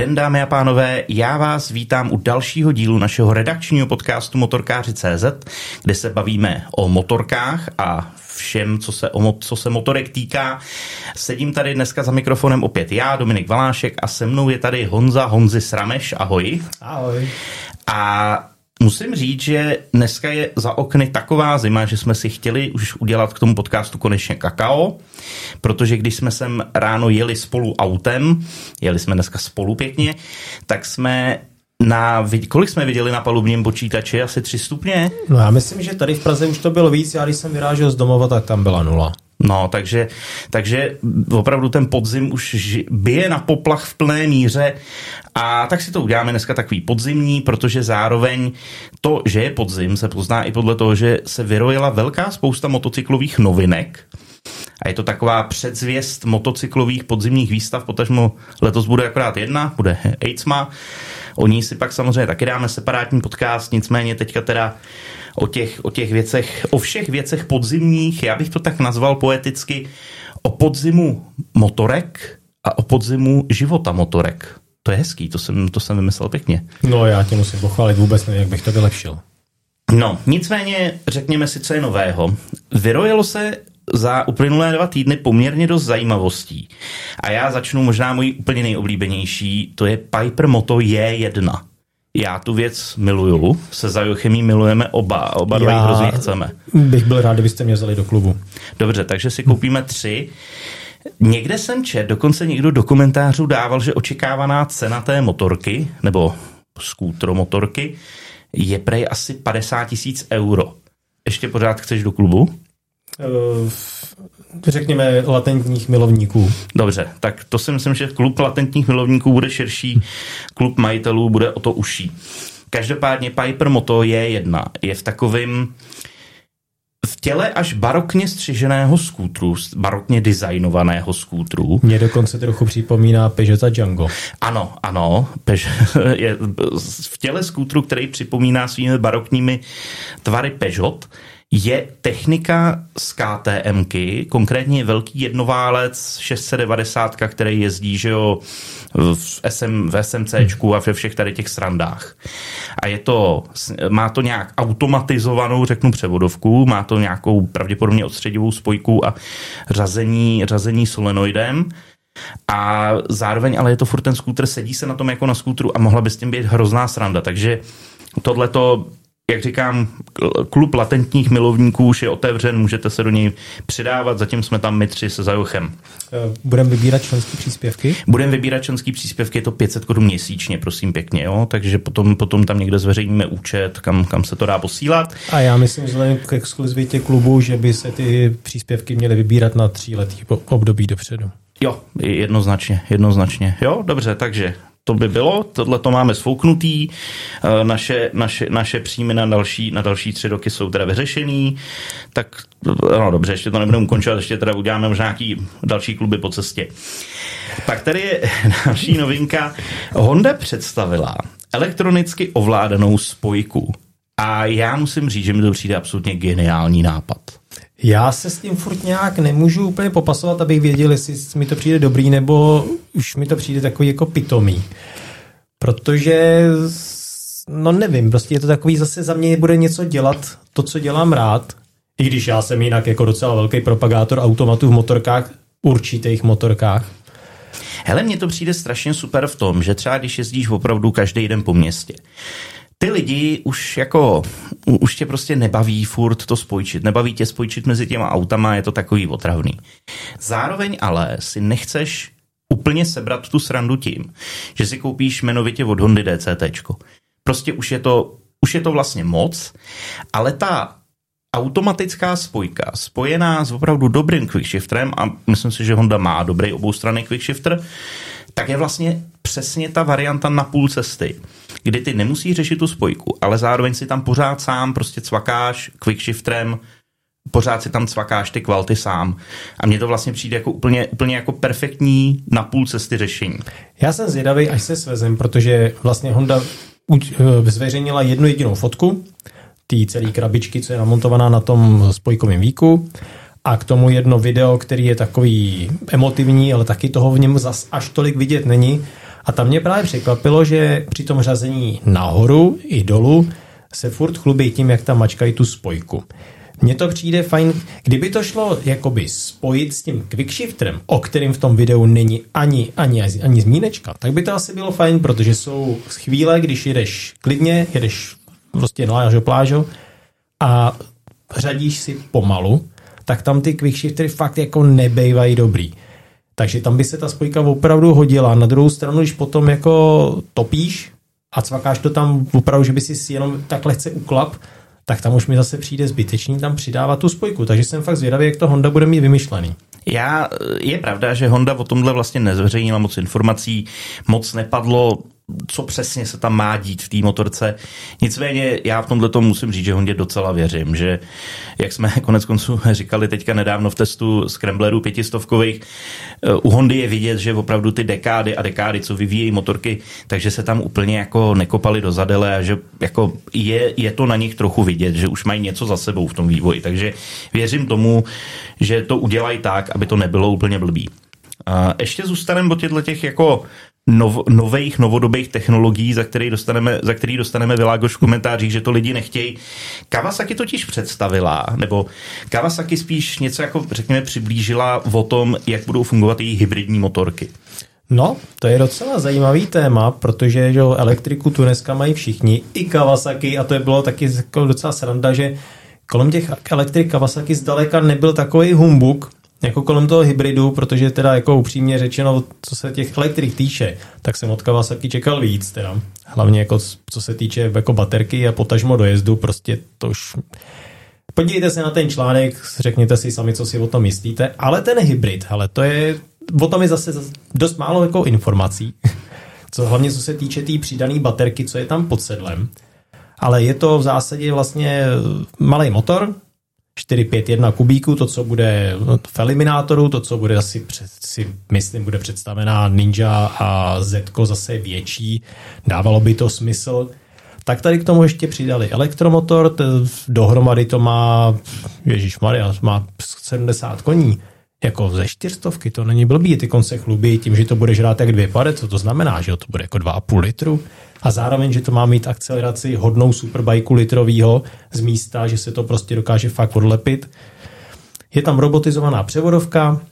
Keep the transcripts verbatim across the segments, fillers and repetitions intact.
den, dámy a pánové, já vás vítám u dalšího dílu našeho redakčního podcastu Motorkáři tečka cé zet, kde se bavíme o motorkách a všem, co se, o, co se motorek týká. Sedím tady dneska za mikrofonem opět já, Dominik Valášek, a se mnou je tady Honza Honzi Srameš. Ahoj. Ahoj. A musím říct, že dneska je za okny taková zima, že jsme si chtěli už udělat k tomu podcastu konečně kakao, protože když jsme sem ráno jeli spolu autem, jeli jsme dneska spolu pěkně, tak jsme na, kolik jsme viděli na palubním počítači? Asi tři stupně? No já myslím, že tady v Praze už to bylo víc, já když jsem vyrážel z domova, tak tam byla nula. No, takže, takže opravdu ten podzim už bije na poplach v plné míře a tak si to uděláme dneska takový podzimní, protože zároveň to, že je podzim, se pozná i podle toho, že se vyrojila velká spousta motocyklových novinek a je to taková předzvěst motocyklových podzimních výstav, potažmo letos bude akorát jedna, bude EICMA, o ní si pak samozřejmě taky dáme separátní podcast, nicméně teďka teda o těch, o těch věcech, o všech věcech podzimních, já bych to tak nazval poeticky, o podzimu motorek a o podzimu života motorek. To je hezký, to jsem, to jsem vymyslel pěkně. No já tě musím pochválit, vůbec nevím, jak bych to vylepšil. No, nicméně řekněme si, co je nového. Vyrojilo se za uplynulé dva týdny poměrně dost zajímavostí. A já začnu možná mojí úplně nejoblíbenější, to je Piper Moto J jedna. Já tu věc miluju, se Zajochemí milujeme oba, oba dva jich hrozně chceme. Bych byl rád, kdybyste mě vzali do klubu. Dobře, takže si koupíme tři. Někde jsem čet, dokonce někdo do komentářů dával, že očekávaná cena té motorky, nebo skútromotorky, je prej asi padesát tisíc euro. Ještě pořád chceš do klubu? Uh, řekněme latentních milovníků. Dobře, tak to si myslím, že klub latentních milovníků bude širší, klub majitelů bude o to užší. Každopádně Piper Moto J jedna je v takovým v těle až barokně střiženého skútru, barokně designovaného skútru. Mě dokonce trochu připomíná Peugeota Django. Ano, ano, je v těle skútru, který připomíná svými barokními tvary Peugeot, je technika z KTMky, konkrétně velký jednoválec šest set devadesát, který jezdí, že jo, v, S M, v SMCčku a ve všech tady těch srandách. A je to, má to nějak automatizovanou, řeknu, převodovku, má to nějakou pravděpodobně odstředivou spojku a řazení, řazení solenoidem. A zároveň, ale je to furt ten skútr, sedí se na tom jako na skútru a mohla by s tím být hrozná sranda. Takže tohleto, jak říkám, klub latentních milovníků už je otevřen, můžete se do něj přidávat, zatím jsme tam my tři se Zajochem. Budeme vybírat členské příspěvky? Budeme vybírat členské příspěvky, je to pět set korun měsíčně, prosím pěkně, jo? Takže potom, potom tam někde zveřejníme účet, kam, kam se to dá posílat. A já myslím, vzhledem k exkluzivitě klubu, že by se ty příspěvky měly vybírat na tříletý období dopředu. Jo, jednoznačně, jednoznačně. Jo, dobře, takže to by bylo, tohle to máme sfouknutý, naše, naše, naše příjmy na další, na další tři roky jsou teda vyřešený, tak no dobře, ještě to nebudeme ukončovat, ještě teda uděláme možná nějaký další kluby po cestě. Pak tady je další novinka. Honda představila elektronicky ovládanou spojku a já musím říct, že mi to přijde absolutně geniální nápad. Já se s tím furt nějak nemůžu úplně popasovat, abych věděl, jestli mi to přijde dobrý, nebo už mi to přijde takový jako pitomý. Protože, no nevím, prostě je to takový, zase za mě bude něco dělat, to, co dělám rád, i když já jsem jinak jako docela velký propagátor automatů v motorkách, určitých motorkách. Hele, mně to přijde strašně super v tom, že třeba když jezdíš opravdu každý den po městě, ty lidi už jako, už tě prostě nebaví furt to spojčit, nebaví tě spojčit mezi těma autama, je to takový otravný. Zároveň ale si nechceš úplně sebrat tu srandu tím, že si koupíš jmenovitě od Hondy DCTčko. Prostě už je to, už je to vlastně moc, ale ta automatická spojka, spojená s opravdu dobrým quickshifterem, a myslím si, že Honda má dobrý oboustranný quickshifter, tak je vlastně přesně ta varianta na půl cesty, kdy ty nemusíš řešit tu spojku, ale zároveň si tam pořád sám prostě cvakáš quickshifterem, pořád si tam cvakáš ty kvality sám. A mně to vlastně přijde jako úplně, úplně jako perfektní na půl cesty řešení. Já jsem zvědavý, až se svezem, protože vlastně Honda zveřejnila jednu jedinou fotku té celé krabičky, co je namontovaná na tom spojkovém víku, a k tomu jedno video, který je takový emotivní, ale taky toho v něm zas až tolik vidět není. A tam mě právě překvapilo, že při tom řazení nahoru i dolů se furt chlubí tím, jak tam mačkají tu spojku. Mně to přijde fajn, kdyby to šlo jakoby spojit s tím quickshifterem, o kterým v tom videu není ani, ani, ani zmínečka, tak by to asi bylo fajn, protože jsou chvíle, když jedeš klidně, jedeš prostě plážo, plážo a řadíš si pomalu, tak tam ty quickshiftery fakt jako nebejvají dobrý. Takže tam by se ta spojka opravdu hodila. Na druhou stranu, když potom jako topíš a cvakáš to tam opravdu, že by si jenom tak lehce uklap, tak tam už mi zase přijde zbytečný tam přidávat tu spojku. Takže jsem fakt zvědavý, jak to Honda bude mít vymyšlený. Já, je pravda, že Honda o tomhle vlastně nezveřejnila moc informací, moc nepadlo, co přesně se tam má dít v té motorce. Nicméně já v tomhle tomu musím říct, že Hondě docela věřím, že jak jsme konec konců říkali teďka nedávno v testu Scramblerů pětistovkových, u Hondy je vidět, že opravdu ty dekády a dekády, co vyvíjejí motorky, takže se tam úplně jako nekopali do zadele a že jako je, je to na nich trochu vidět, že už mají něco za sebou v tom vývoji. Takže věřím tomu, že to udělají tak, aby to nebylo úplně blbý. A ještě zůstaneme od těchto těch jako Nov, nových, novodobých technologií, za který dostaneme, za který dostaneme Világoš v komentářích, že to lidi nechtějí. Kawasaki totiž představila, nebo Kawasaki spíš něco jako, řekněme, přiblížila o tom, jak budou fungovat její hybridní motorky. No, to je docela zajímavý téma, protože že elektriku tu dneska mají všichni, i Kawasaki, a to je bylo taky jako docela sranda, že kolem těch elektrik Kawasaki zdaleka nebyl takový humbuk, jako kolem toho hybridu, protože teda jako upřímně řečeno, co se těch elektrik týče, tak jsem od Kawasaki čekal víc teda. Hlavně jako co se týče jako baterky a potažmo dojezdu, prostě to už... Podívejte se na ten článek, řekněte si sami, co si o tom myslíte, ale ten hybrid, hele, to je... O tom je zase dost málo jako informací, co hlavně co se týče té tý přidané baterky, co je tam pod sedlem, ale je to v zásadě vlastně malý motor, čtyři pět jedna kubíků, to, co bude v eliminátoru, to, co bude asi, si myslím, bude představená Ninja a Zetko zase větší, dávalo by to smysl. Tak tady k tomu ještě přidali elektromotor, to, dohromady to má, ježišmarja, má sedmdesát koní, jako ze čtyřstovky, to není blbý, ty konce chlubí tím, že to bude žrát jak dvě pade, co to znamená, že to bude jako dva a půl litru. A zároveň, že to má mít akceleraci hodnou superbajku litrovýho z místa, že se to prostě dokáže fakt odlepit. Je tam robotizovaná převodovka.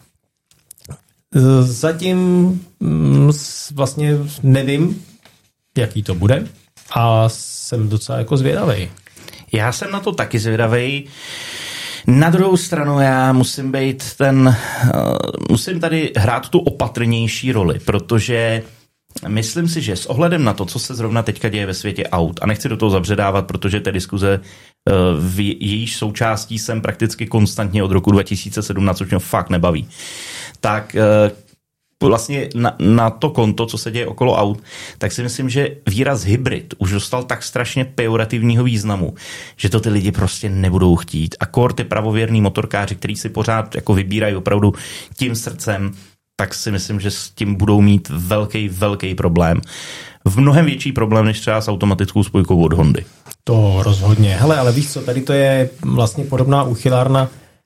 Zatím vlastně nevím, jaký to bude a jsem docela jako zvědavej. Já jsem na to taky zvědavej. Na druhou stranu já musím být ten, uh, musím tady hrát tu opatrnější roli, protože myslím si, že s ohledem na to, co se zrovna teďka děje ve světě aut, a nechci do toho zabředávat, protože té diskuze v jejíž součástí jsem prakticky konstantně od roku dva tisíce sedmnáct, což mě fakt nebaví, tak vlastně na, na to konto, co se děje okolo aut, tak si myslím, že výraz hybrid už dostal tak strašně pejorativního významu, že to ty lidi prostě nebudou chtít. A kor ty pravověrný motorkáři, který si pořád jako vybírají opravdu tím srdcem, tak si myslím, že s tím budou mít velký, velký problém. V mnohem větší problém, než třeba s automatickou spojkou od Hondy. To rozhodně. Hele, ale víš co, tady to je vlastně podobná úchylárna,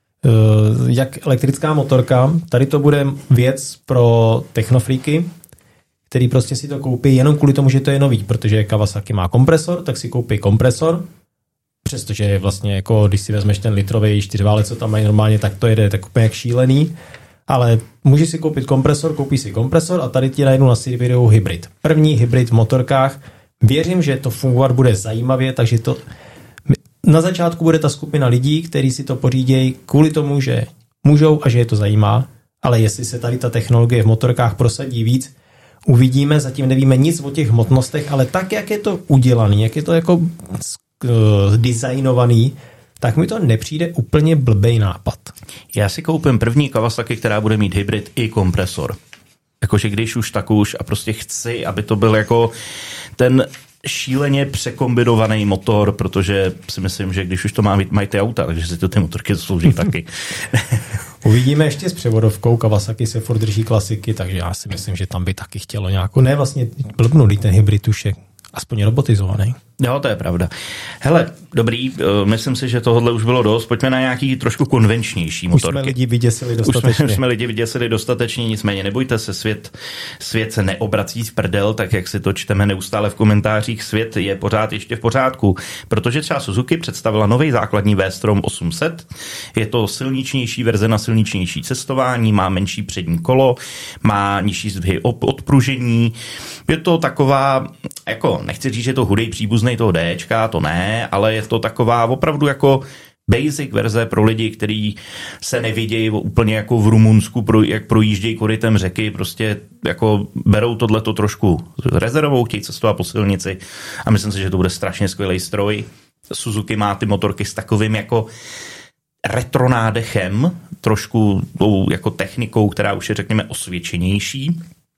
jak elektrická motorka. Tady to bude věc pro technofreaky, který prostě si to koupí jenom kvůli tomu, že to je nový, protože Kawasaki má kompresor, tak si koupí kompresor, přestože vlastně jako, když si vezmeš ten litrový čtyřválec, co tam mají normálně, tak to jede tak úplně jak šílený. Ale můžeš si koupit kompresor, koupíš si kompresor a tady ti najednou na videu hybrid. První hybrid v motorkách. Věřím, že to fungovat bude zajímavě, takže to na začátku bude ta skupina lidí, kteří si to pořídějí kvůli tomu, že můžou a že je to zajímá, ale jestli se tady ta technologie v motorkách prosadí víc, uvidíme, zatím nevíme nic o těch hmotnostech, ale tak, jak je to udělaný, jak je to jako uh, designovaný, tak mi to nepřijde úplně blbej nápad. Já si koupím první Kawasaki, která bude mít hybrid i kompresor. Jakože když už, tak už a prostě chci, aby to byl jako ten šíleně překombinovaný motor, protože si myslím, že když už to má mít, mají ty auta, takže si to ty motorky zaslouží taky. Uvidíme ještě s převodovkou, Kawasaki se furt drží klasiky, takže já si myslím, že tam by taky chtělo nějakou, ne vlastně blbnulý ten hybrid už je aspoň robotizovaný. Jo, to je pravda. Hele, dobrý, myslím si, že tohle už bylo dost. Pojďme na nějaký trošku konvenčnější motorky. Už jsme lidi vyděsili dostatečně. Už jsme, už jsme lidi vyděsili dostatečně, nicméně nebojte se, svět, svět se neobrací v prdel, tak jak si to čteme neustále v komentářích, svět je pořád ještě v pořádku, protože třeba Suzuki představila nový základní V-Strom osm set. Je to silničnější verze na silničnější cestování, má menší přední kolo, má nižší zdvihy odpružení. Je to taková, jako nechci říct, že je to hudej příbuznej toho Dčka, to ne, ale je to taková opravdu jako basic verze pro lidi, kteří se nevidějí úplně jako v Rumunsku, jak projíždějí korytem řeky, prostě jako berou tohleto trošku rezervou, chtějí cestovat po silnici a myslím si, že to bude strašně skvělý stroj. Suzuki má ty motorky s takovým jako retro nádechem, trošku tou jako technikou, která už je řekněme osvědčenější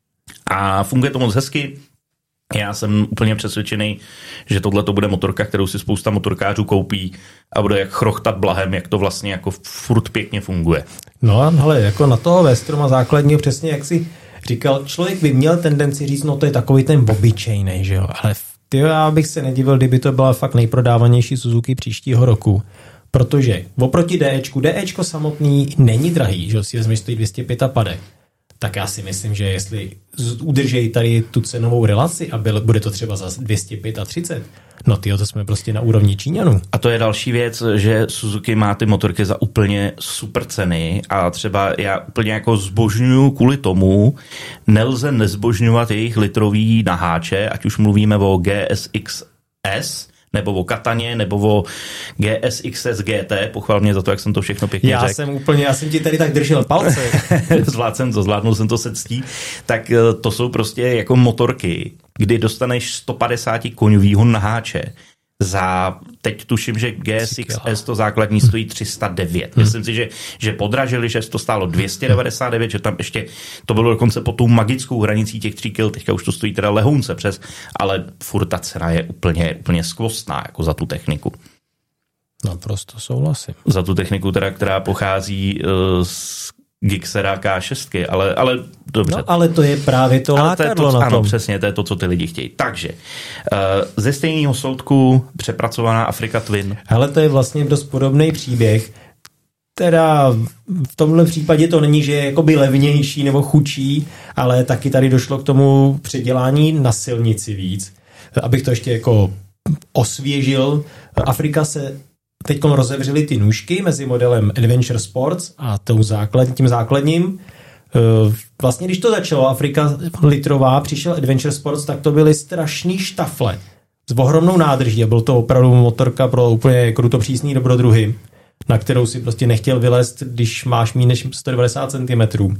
a funguje to moc hezky. Já jsem úplně přesvědčený, že tohle to bude motorka, kterou si spousta motorkářů koupí a bude jak chrochtat blahem, jak to vlastně jako furt pěkně funguje. No a hele, jako na toho V-Stroma základního přesně, jak si říkal, člověk by měl tendenci říct, no to je takový ten obyčejnej, že jo, ale tyjo, já bych se nedivil, kdyby to byla fakt nejprodávanější Suzuki příštího roku, protože oproti Dčku, Dčko samotný není drahý, že si vezmeš stojí dvě stě padesát pět. Tak já si myslím, že jestli udržejí tady tu cenovou relaci a bude to třeba za dvě stě třicet pět, no tyjo, to jsme prostě na úrovni Číňanů. A to je další věc, že Suzuki má ty motorky za úplně super ceny a třeba já úplně jako zbožňuju kvůli tomu, nelze nezbožňovat jejich litrový naháče, ať už mluvíme o G S X S, nebo o Kataně, nebo o G S X S G T, pochval mě za to, jak jsem to všechno pěkně já řekl. Já jsem úplně, já jsem ti tady tak držel palce. Zvládl jsem to, zvládnul jsem to se ctí. Tak to jsou prostě jako motorky, kdy dostaneš sto padesát koňovýho naháče za, teď tuším, že G S X S to základní stojí tři sta devět. Hmm. Myslím si, že, že podražili, že to stálo dvě stě devadesát devět, že tam ještě to bylo dokonce pod tou magickou hranicí těch tří kil, teďka už to stojí teda lehounce přes, ale furt ta cena je úplně, úplně skvostná jako za tu techniku. Naprosto souhlasím. Za tu techniku, teda, která pochází uh, z Gixxera K šest, ale, ale dobře. No, ale to je právě to lákadlo na tom. Ano, přesně, to je to, co ty lidi chtějí. Takže, uh, ze stejného soudku přepracovaná Afrika Twin. Hele, to je vlastně dost podobný příběh. Teda v tomhle případě to není, že je jakoby levnější nebo chudší, ale taky tady došlo k tomu předělání na silnici víc. Abych to ještě jako osvěžil. Afrika se teď rozevřely ty nůžky mezi modelem Adventure Sports a tím základním. Vlastně, když to začalo, Afrika litrová, přišel Adventure Sports, tak to byly strašný štafle s ohromnou nádrží a byl to opravdu motorka pro úplně krutopřísný dobrodruhy, na kterou si prostě nechtěl vylézt, když máš méně než sto devadesát centimetrů.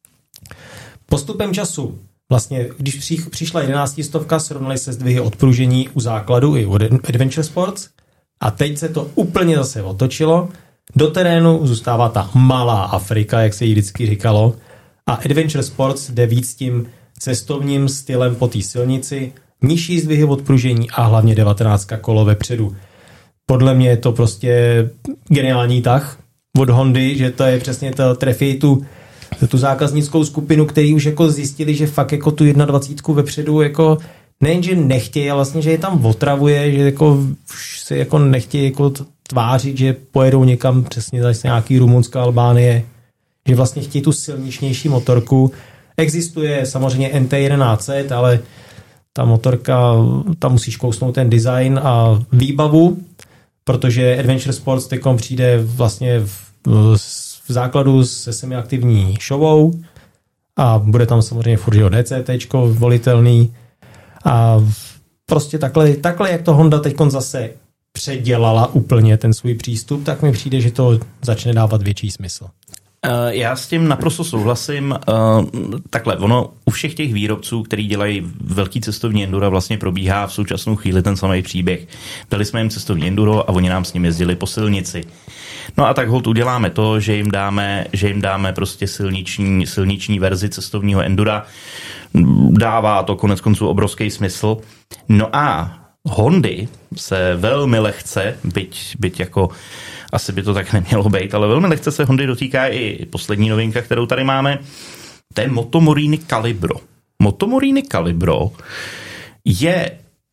Postupem času, vlastně, když přišla jedenáctistovka, srovnali se zdvihy odpružení u základu i u Adventure Sports. A teď se to úplně zase otočilo. Do terénu zůstává ta malá Afrika, jak se jí vždycky říkalo. A Adventure Sports jde víc tím cestovním stylem po té silnici, nižší zdvihy odpružení a hlavně devatenáct kolo vepředu. Podle mě je to prostě geniální tah od Hondy, že to je přesně to, trefí tu, tu zákaznickou skupinu, který už jako zjistili, že fakt jako tu dvacítku vepředu jako nejenže nechtějí, ale vlastně, že je tam otravuje, že jako už se jako nechtějí jako tvářit, že pojedou někam přesně zase nějaký Rumunska, Albánie, že vlastně chtějí tu silničnější motorku. Existuje samozřejmě N T jedenáct set, ale ta motorka, tam musíš kousnout ten design a výbavu, protože Adventure Sports teďkom přijde vlastně v, v základu se semiaktivní šovou a bude tam samozřejmě furt DCTčko volitelný. A prostě takhle, takhle jak to Honda teďkon zase předělala úplně ten svůj přístup, tak mi přijde, že to začne dávat větší smysl. Já s tím naprosto souhlasím. Takhle, ono u všech těch výrobců, který dělají velký cestovní enduro, vlastně probíhá v současnou chvíli ten samý příběh. Dali jsme jim cestovní enduro a oni nám s ním jezdili po silnici. No a tak holt uděláme to, že jim dáme, že jim dáme prostě silniční, silniční verzi cestovního endura. Dává to konec konců obrovský smysl. No a Hondy se velmi lehce, byť, byť jako asi by to tak nemělo být, ale velmi lehce se Hondy dotýká i poslední novinka, kterou tady máme. To je Motomorini Calibro. Motomorini Calibro je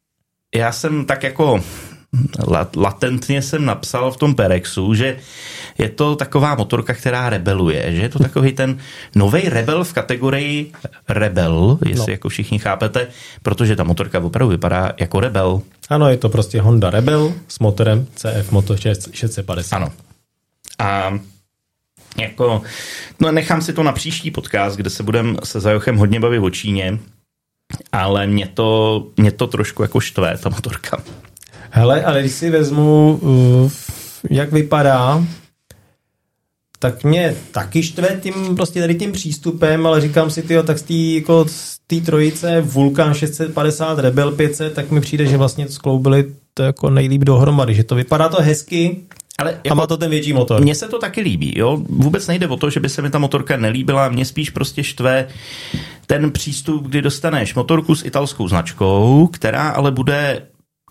já jsem tak jako latentně jsem napsal v tom Perexu, že je to taková motorka, která rebeluje, že je to takový ten novej rebel v kategorii rebel, jestli no. jako všichni chápete, protože ta motorka opravdu vypadá jako rebel. Ano, je to prostě Honda Rebel s motorem C F Moto šest set padesát. Ano. A jako, no nechám si to na příští podcast, kde se budeme se Zajochem hodně bavit o Číně, ale mě to, mě to trošku jako štve, ta motorka. Hele, ale když si vezmu, uh, jak vypadá, tak mě taky štve tím, prostě tady tím přístupem, ale říkám si, tyjo, tak z té jako, trojice Vulcan šest set padesát, Rebel pět set, tak mi přijde, že vlastně to skloubili to jako nejlíp dohromady, že to vypadá to hezky, ale jako, a má to ten větší motor. Mně se to taky líbí, jo. Vůbec nejde o to, že by se mi ta motorka nelíbila, mně spíš prostě štve ten přístup, kdy dostaneš motorku s italskou značkou, která ale bude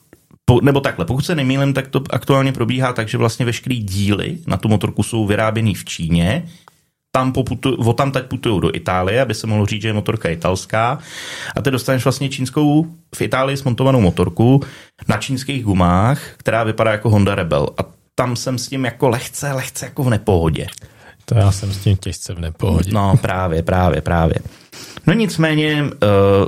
nebo takhle, pokud se nemýlím, tak to aktuálně probíhá tak, že vlastně veškerý díly na tu motorku jsou vyráběný v Číně, tam poputu, o tam teď putují do Itálie, aby se mohlo říct, že je motorka italská a ty dostaneš vlastně čínskou v Itálii smontovanou motorku na čínských gumách, která vypadá jako Honda Rebel a tam jsem s tím jako lehce, lehce jako v nepohodě. To já jsem s tím těžce v nepohodě. No právě, právě, právě. No nicméně uh,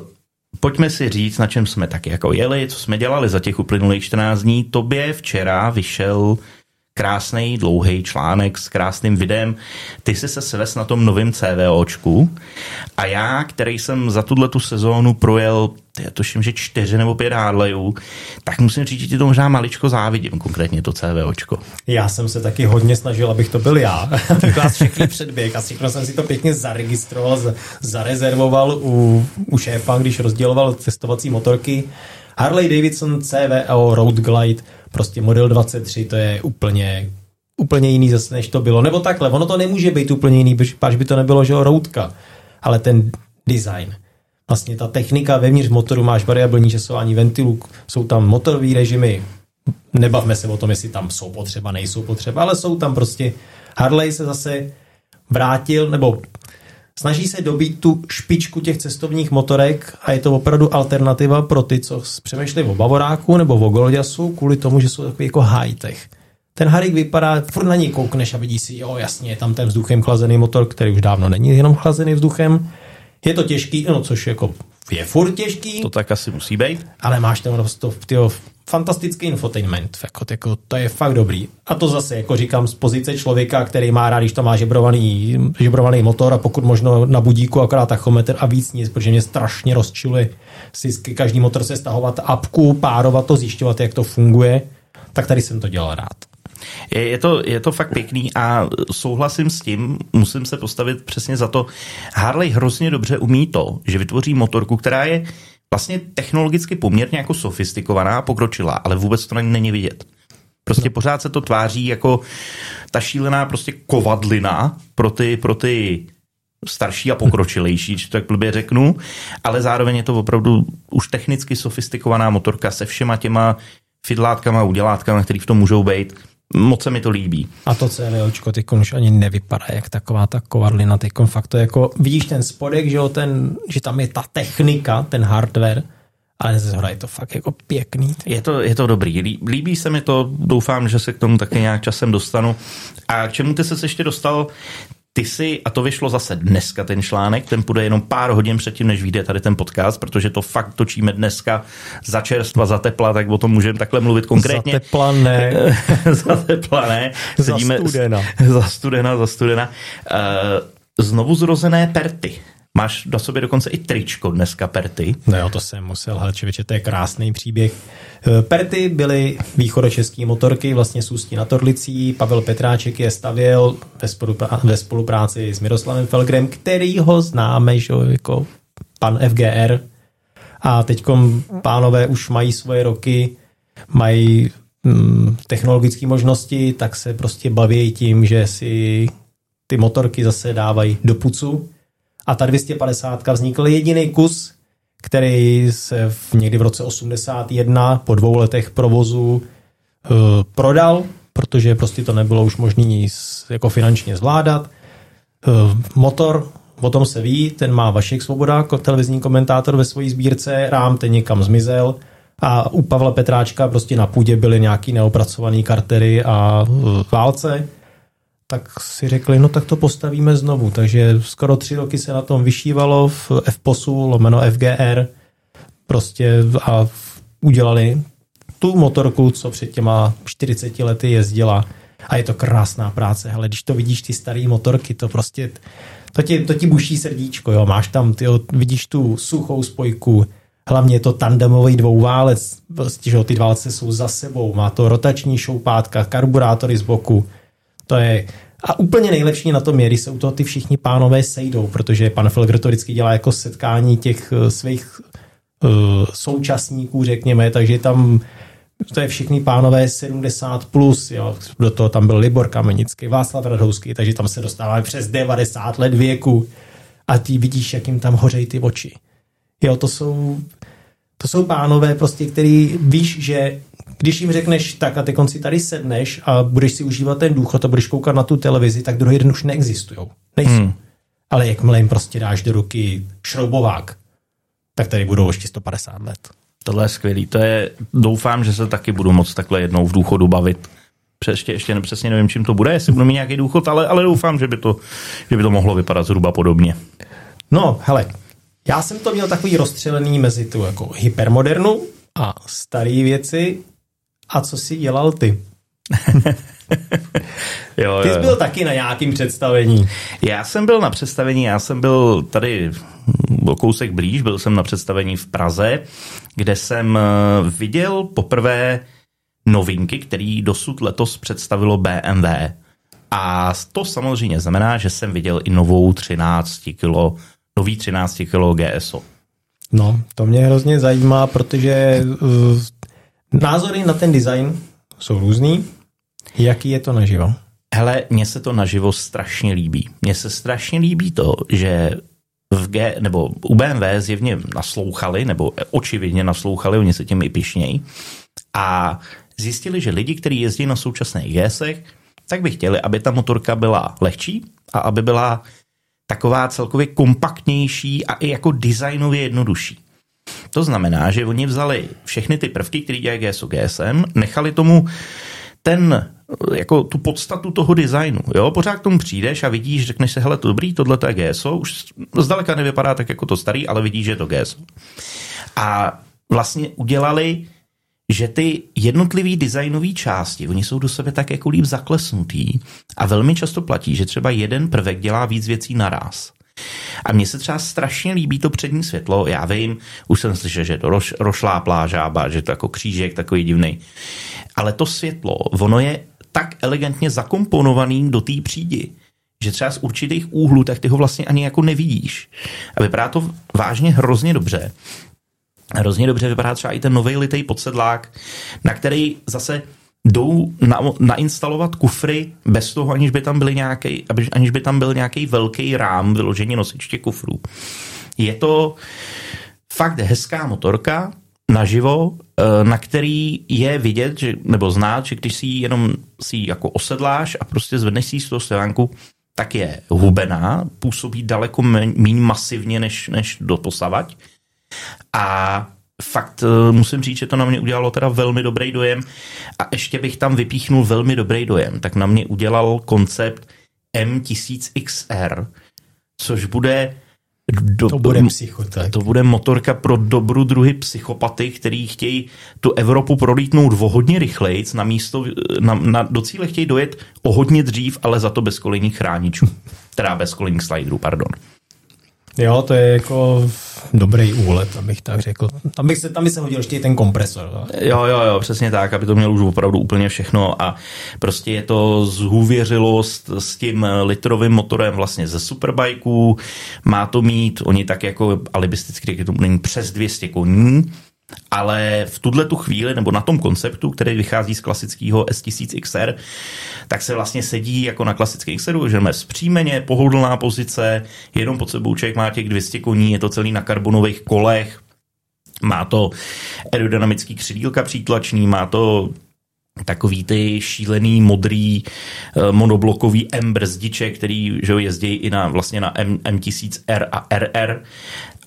pojďme si říct, na čem jsme taky jako jeli, co jsme dělali za těch uplynulých čtrnáct dní. Tobě včera vyšel krásný dlouhý článek s krásným videem. Ty jsi se svez na tom novém CVOčku a já, který jsem za tuhletu sezónu projel, já tuším, že čtyři nebo pět Harleyů, tak musím říct, že ti to možná maličko závidím, konkrétně to CVOčko. Já jsem se taky hodně snažil, abych to byl já. Tak vás všechny předběh a všechno jsem si to pěkně zaregistroval, zarezervoval u, u šéfa, když rozděloval testovací motorky. Harley Davidson C V O Road Glide, prostě model dvacet tři, to je úplně, úplně jiný zase, než to bylo. Nebo takhle, ono to nemůže být úplně jiný, protože by to nebylo, že roadka, ale ten design. Vlastně ta technika vevnitř motoru, máš variabilní časování ventilů, jsou tam motorový režimy, nebavme se o tom, jestli tam jsou potřeba, nejsou potřeba, ale jsou tam prostě. Harley se zase vrátil, nebo snaží se dobít tu špičku těch cestovních motorek a je to opravdu alternativa pro ty, co přemýšlí o Bavoráku nebo o Goldiasu, kvůli tomu, že jsou takový jako high-tech. Ten Harik vypadá, furt na něj koukneš a vidíš si, jo jasně, je tam ten vzduchem chlazený motor, který už dávno není jenom chlazený vzduchem. Je to těžký, no což jako je furt těžký. To tak asi musí být. Ale máš tam prostě tyjo, fantastický infotainment, jako, jako, to je fakt dobrý. A to zase, jako říkám, z pozice člověka, který má rád, když to má žebrovaný, žebrovaný motor a pokud možno na budíku akorát tachometr a víc nic, protože mě strašně rozčiluje si každý motor se stahovat apku, párovat to, zjišťovat, jak to funguje, tak tady jsem to dělal rád. Je, je, to, je to fakt pěkný a souhlasím s tím, musím se postavit přesně za to. Harley hrozně dobře umí to, že vytvoří motorku, která je vlastně technologicky poměrně jako sofistikovaná a pokročilá, ale vůbec to není vidět. Prostě no. Pořád se to tváří jako ta šílená prostě kovadlina pro ty, pro ty starší a pokročilejší, či to tak blbě řeknu, ale zároveň je to opravdu už technicky sofistikovaná motorka se všema těma fidlátkama, udělátkama, který v tom můžou být. Moc se mi to líbí. A to CVOčko teď už ani nevypadá jak taková ta kovadlina. Teď fakt to jako, vidíš ten spodek, že, jo, ten, že tam je ta technika, ten hardware, ale ze zhora je to fakt jako pěkný. Je to, je to dobrý. Líbí se mi to, doufám, že se k tomu taky nějak časem dostanu. A k čemu ty se ještě dostal? Ty si, a to vyšlo zase dneska ten článek, ten půjde jenom pár hodin předtím, než vyjde tady ten podcast, protože to fakt točíme dneska za čerstva, za tepla, tak o tom můžeme takhle mluvit konkrétně. Za tepla ne. za tepla ne. Sedíme za studena. Za studena, za studena. Uh, znovu zrozené Perty. Máš na sobě dokonce i tričko dneska Perty. No jo, to jsem musel, hele člověče, to je krásný příběh. Perty byly východočeský motorky, vlastně s Ústí nad Orlicí. Pavel Petráček je stavěl ve, spolupráci, ve spolupráci s Miroslavem Felgrem, který ho známe, že jako pan F G R. A teďkom pánové už mají svoje roky, mají hm, technologické možnosti, tak se prostě baví tím, že si ty motorky zase dávají do pucu. A ta dvě stě padesát vznikl jediný kus, který se v, někdy v roce osmdesát jedna po dvou letech provozu uh, prodal, protože prostě to nebylo už možné nic jako finančně zvládat. Uh, motor, o tom se ví, ten má Vašek Svoboda, televizní komentátor ve své sbírce, rám ten někam zmizel a u Pavla Petráčka prostě na půdě byly nějaký neopracovaný kartery a válce, tak si řekli, no tak to postavíme znovu. Takže skoro tři roky se na tom vyšívalo v F P O S u lomeno F G R prostě a udělali tu motorku, co před těma čtyřiceti lety jezdila. A je to krásná práce, ale když to vidíš, ty staré motorky, to prostě, to ti, to ti buší srdíčko, jo. Máš tam, tyjo, vidíš tu suchou spojku, hlavně je to tandemový dvouválec, prostě, že ty dva válce jsou za sebou, má to rotační šoupátka, karburátory z boku, to je, a úplně nejlepší na tom je, když se u toho ty všichni pánové sejdou, protože pan Felger to vždycky dělá jako setkání těch svých uh, současníků, řekněme, takže tam to je všichni pánové sedmdesát plus, jo. Do toho tam byl Libor Kamenický, Václav Radhouský, takže tam se dostáváme přes devadesát let věku a ty vidíš, jak jim tam hořejí ty oči. Jo, to jsou, to jsou pánové prostě, který víš, že když jim řekneš tak a ty konci tady sedneš a budeš si užívat ten důchod a budeš koukat na tu televizi, tak druhý den už neexistujou. Nejsou. Hmm. Ale jakmile jim prostě dáš do ruky šroubovák, tak tady budou ještě sto padesát let. Tohle je skvělý. To je, doufám, že se taky budu moct takhle jednou v důchodu bavit. Ještě, ještě nepřesně nevím, čím to bude, jestli budu mít nějaký důchod, ale, ale doufám, že by, to, že by to mohlo vypadat zhruba podobně. No, hele, já jsem to měl takový rozstřelený mezi tu jako hypermodernu a starý věci. A co jsi dělal ty? jo, ty jsi jo, byl jo. taky na nějakým představení. Já jsem byl na představení, já jsem byl tady o kousek blíž, byl jsem na představení v Praze, kde jsem viděl poprvé novinky, které dosud letos představilo B M W. A to samozřejmě znamená, že jsem viděl i novou třináct kilo, nový třináct kilo G S O. No, to mě hrozně zajímá, protože uh, názory na ten design jsou různý. Jaký je to naživo? Hele, mně se to naživo strašně líbí. Mně se strašně líbí to, že v G, nebo u B M W zjevně naslouchali, nebo očividně naslouchali, oni se tím i pišnějí, a zjistili, že lidi, kteří jezdí na současných GSech, tak by chtěli, aby ta motorka byla lehčí a aby byla taková celkově kompaktnější a i jako designově jednodušší. To znamená, že oni vzali všechny ty prvky, které dělají G S O G S M, nechali tomu ten, jako tu podstatu toho designu. Jo? Pořád k tomu přijdeš a vidíš, řekneš se, hele, to dobrý, tohle to je G S O, už zdaleka nevypadá tak jako to starý, ale vidíš, že je to G S O. A vlastně udělali, že ty jednotlivý designové části, oni jsou do sebe tak jako líp zaklesnutý a velmi často platí, že třeba jeden prvek dělá víc věcí naraz. A mně se třeba strašně líbí to přední světlo, já vím, už jsem slyšel, že je to roš, rošláplá žába, že to jako křížek takový divný. Ale to světlo, ono je tak elegantně zakomponovaný do té přídi, že třeba z určitých úhlů, tak ty ho vlastně ani jako nevidíš. A vypadá to vážně hrozně dobře. Hrozně dobře vypadá třeba i ten novej litej podsedlák, na který zase jdou na, nainstalovat kufry bez toho, aniž by tam byly nějaký, aniž by tam byl nějaký velký rám vyloženě nosiče kufrů. Je to fakt hezká motorka naživo, na který je vidět, že, nebo znát, že když si ji jenom si ji jako osedláš a prostě zvedneš si ji z toho sedánku, tak je hubená, působí daleko méně masivně než, než doposavať. A fakt musím říct, že to na mě udělalo teda velmi dobrý dojem a ještě bych tam vypíchnul velmi dobrý dojem. Tak na mě udělal koncept M tisíc X R, což bude do, to bude psychotek. To bude motorka pro dobru druhy psychopaty, který chtějí tu Evropu prolítnout o hodně rychlejc, na místo, na, na, do cíle chtějí dojet o hodně dřív, ale za to bez kolejních chráničů. Teda bez kolejních sliderů, pardon. Jo, to je jako dobrý úlet, abych tak řekl. Tam, bych se, tam by se hodil ještě ten kompresor. Jo, jo, jo, přesně tak, aby to mělo už opravdu úplně všechno a prostě je to zhůvěřilost s tím litrovým motorem vlastně ze superbajků. Má to mít, oni tak jako alibisticky, že to není přes dvě stě koní, ale v tuto chvíli, nebo na tom konceptu, který vychází z klasického S tisíc X R, tak se vlastně sedí jako na klasický X R, že máme zpříjmeně, pohodlná pozice, jenom pod sebou člověk má těch dvě stě koní, je to celý na karbonových kolech, má to aerodynamický křidílka přítlačný, má to takový ty šílený modrý monoblokový M brzdiče, který že jezdí i na, vlastně na M, M tisíc R a R R.